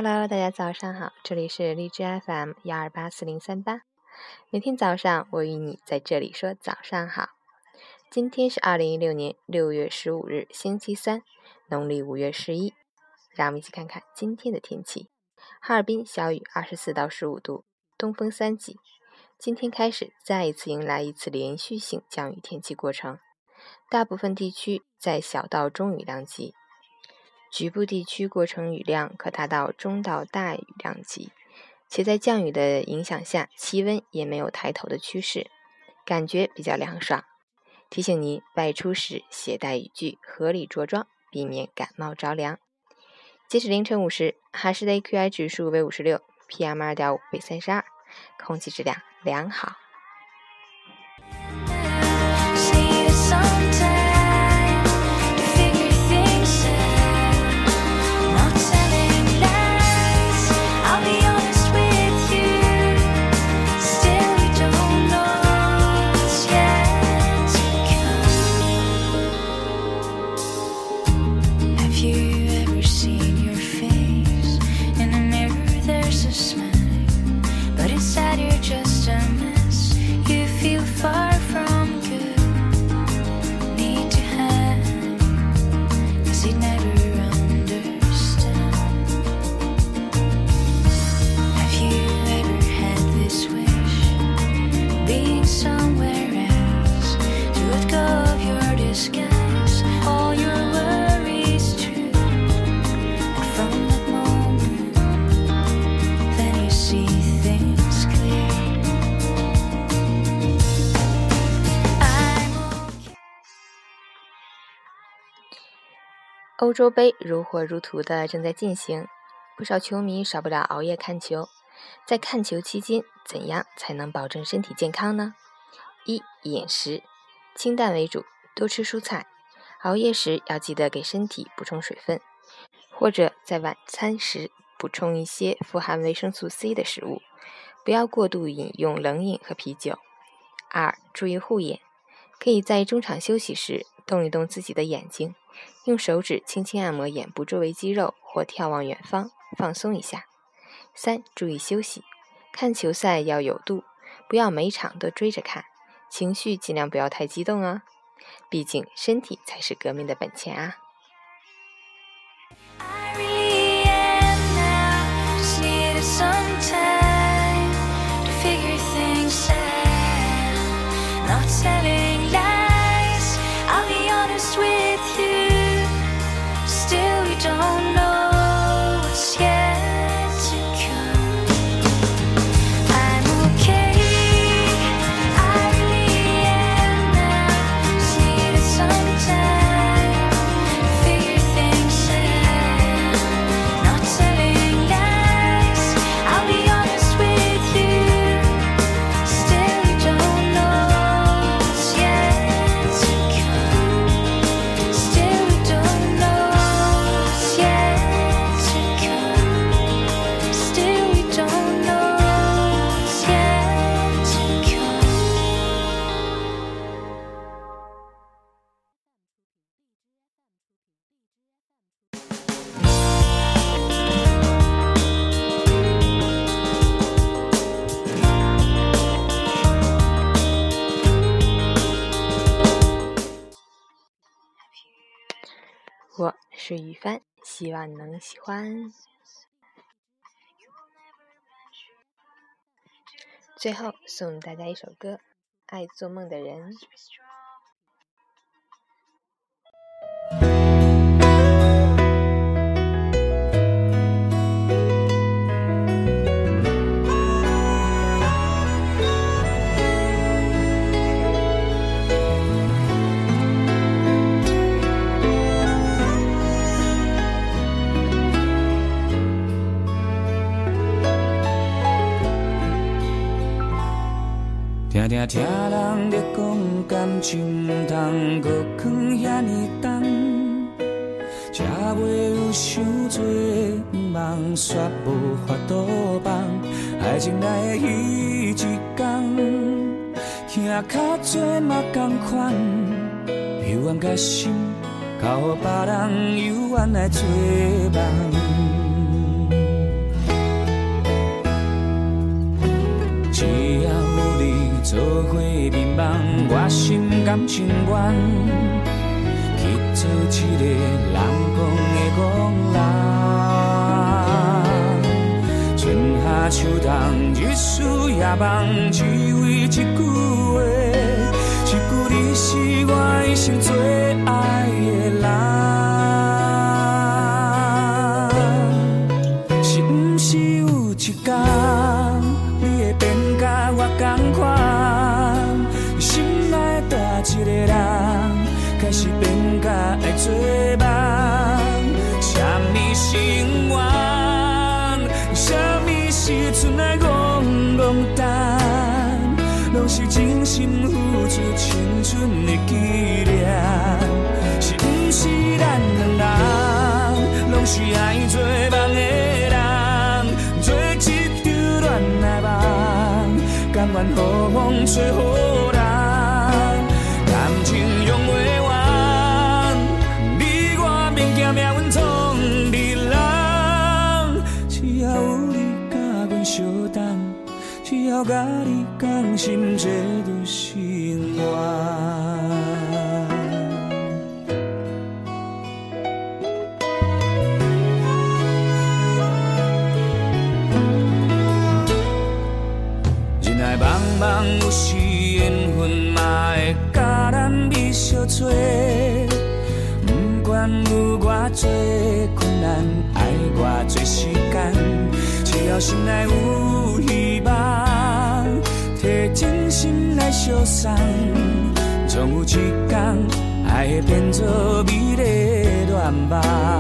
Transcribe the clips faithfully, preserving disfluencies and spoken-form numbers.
Hello， 大家早上好，这里是荔枝 F M 一二八四零三八，每天早上我与你在这里说早上好。今天是二零一六年六月十五日，星期三，农历五月十一。让我们一起看看今天的天气。哈尔滨小雨二十四到十五度，东风三级。今天开始再一次迎来一次连续性降雨天气过程，大部分地区在小到中雨量级，局部地区过程雨量可达到中到大雨量级，且在降雨的影响下，气温也没有抬头的趋势，感觉比较凉爽。提醒您外出时携带雨具，合理着装，避免感冒着凉。截止凌晨五时，哈市的 A Q I 指数为五十六 ，P M 二点五 为三十二，空气质量良好。欧洲杯如火如荼的正在进行，不少球迷少不了熬夜看球。在看球期间，怎样才能保证身体健康呢？一、饮食清淡为主，多吃蔬菜。熬夜时要记得给身体补充水分，或者在晚餐时补充一些富含维生素 C 的食物，不要过度饮用冷饮和啤酒。二、注意护眼，可以在中场休息时动一动自己的眼睛，用手指轻轻按摩眼部周围肌肉，或眺望远方，放松一下。三、注意休息，看球赛要有度，不要每场都追着看，情绪尽量不要太激动啊，毕竟身体才是革命的本钱啊。我是雨帆，希望你能喜欢。最后送大家一首歌，《爱做梦的人》。 定定听人咧讲感情毋通搁藏遐尼重，才袂有伤多梦，煞无法度放。爱情来的迄一天，听较多嘛同款，幽怨甲心，交予别人幽怨来做梦。 做伙眠梦，我心甘情愿去做一个人讲的戆人。春夏秋冬，日思夜梦，只为一句话，一句你是我一生最爱的人。是不是有一天，你会变甲我同款？心内大一个人，开始变甲爱做梦。什么心愿？什么时阵来戆戆等？拢是真心付出青春的纪念。是不是咱两人，拢是爱做梦的人？做一场恋爱梦，甘愿予风吹予人。感情用袂完，你我免惊命运创日人。只要有你甲阮相等，只要甲你讲心，这就是我。茫茫有时缘分嘛会甲咱美相撮，不管有偌多困难，爱偌多时间，只要心内有希望，摕真心来相送，总有一天爱会变作美丽的愿望。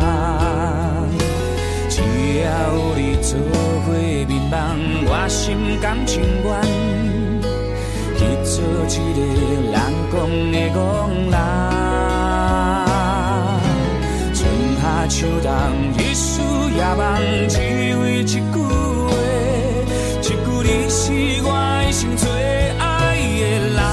只要有你做伙眠梦，我心甘情愿去做一个人讲的戆人。春夏秋冬，日思夜梦，只为一句话，一句你是我一生最爱的人。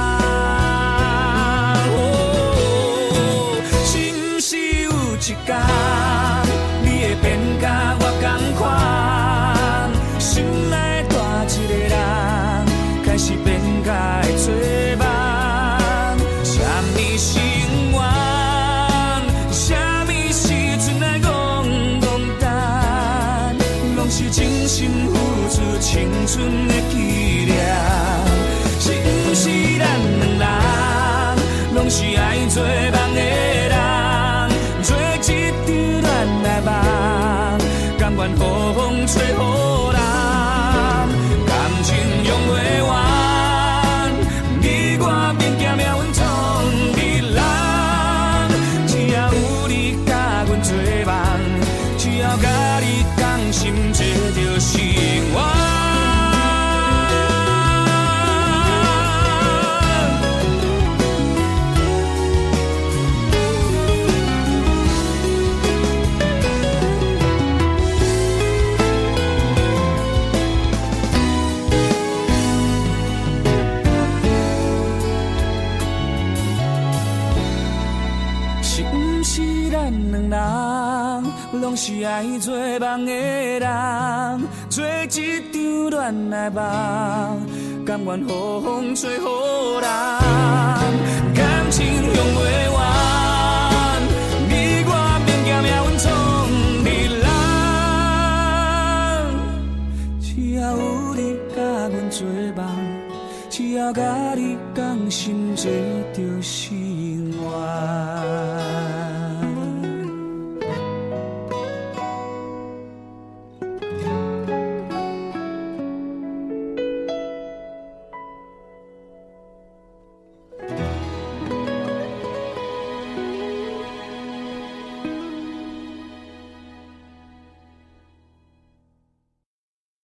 哦，是不是有一天？变甲我同款，心内大一个人，开始变甲会做梦。什么心愿，什么时阵来戆戆等，拢是真心付出青春的纪念。是不是咱两人，拢是爱做梦的人，做一场恋爱梦，甘愿予风吹予人。感情用袂完，你我免惊命运创日人。只要有你甲阮做梦，只要甲你讲心，这就是我。拢是爱做梦的人，做一场恋爱梦，甘愿予风吹予人。感情用袂完，你我免惊命运创日人。只要有你甲阮做梦，只要甲你讲心，这就是我。